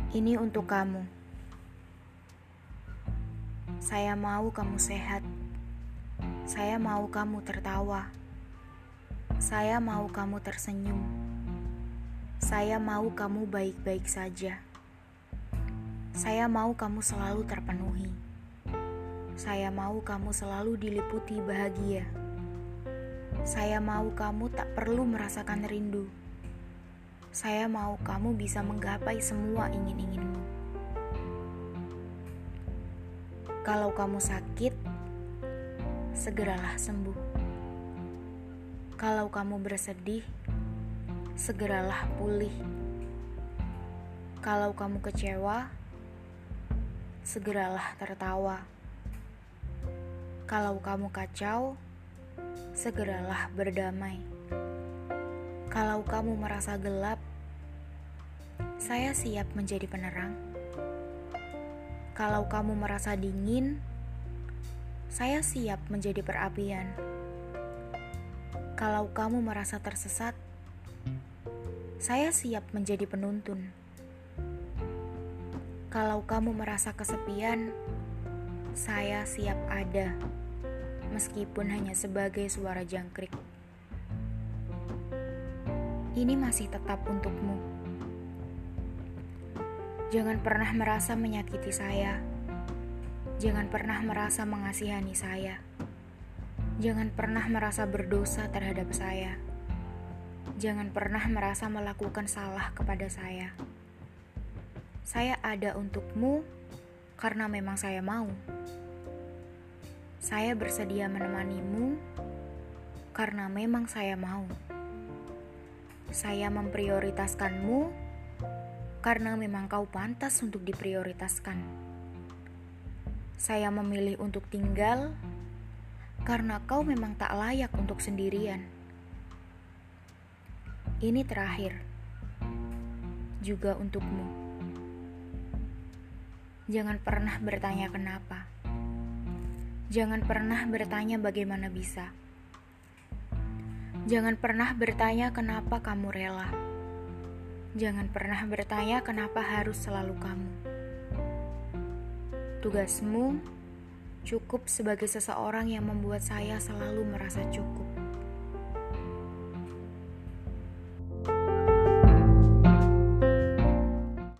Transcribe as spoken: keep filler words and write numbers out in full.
Ini untuk kamu. Saya mau kamu sehat. Saya mau kamu tertawa. Saya mau kamu tersenyum. Saya mau kamu baik-baik saja. Saya mau kamu selalu terpenuhi. Saya mau kamu selalu diliputi bahagia. Saya mau kamu tak perlu merasakan rindu. Saya mau kamu bisa menggapai semua ingin-inginmu. Kalau kamu sakit, segeralah sembuh. Kalau kamu bersedih, segeralah pulih. Kalau kamu kecewa, segeralah tertawa. Kalau kamu kacau, segeralah berdamai. Kalau kamu merasa gelap, saya siap menjadi penerang. Kalau kamu merasa dingin, saya siap menjadi perapian. Kalau kamu merasa tersesat, saya siap menjadi penuntun. Kalau kamu merasa kesepian, saya siap ada, meskipun hanya sebagai suara jangkrik. Ini masih tetap untukmu. Jangan pernah merasa menyakiti saya. Jangan pernah merasa mengasihani saya. Jangan pernah merasa berdosa terhadap saya. Jangan pernah merasa melakukan salah kepada saya. Saya ada untukmu karena memang saya mau. Saya bersedia menemanimu karena memang saya mau. Saya memprioritaskanmu karena memang kau pantas untuk diprioritaskan. Saya memilih untuk tinggal karena kau memang tak layak untuk sendirian. Ini terakhir, juga untukmu. Jangan pernah bertanya kenapa. Jangan pernah bertanya bagaimana bisa. Jangan pernah bertanya kenapa kamu rela. Jangan pernah bertanya kenapa harus selalu kamu. Tugasmu cukup sebagai seseorang yang membuat saya selalu merasa cukup.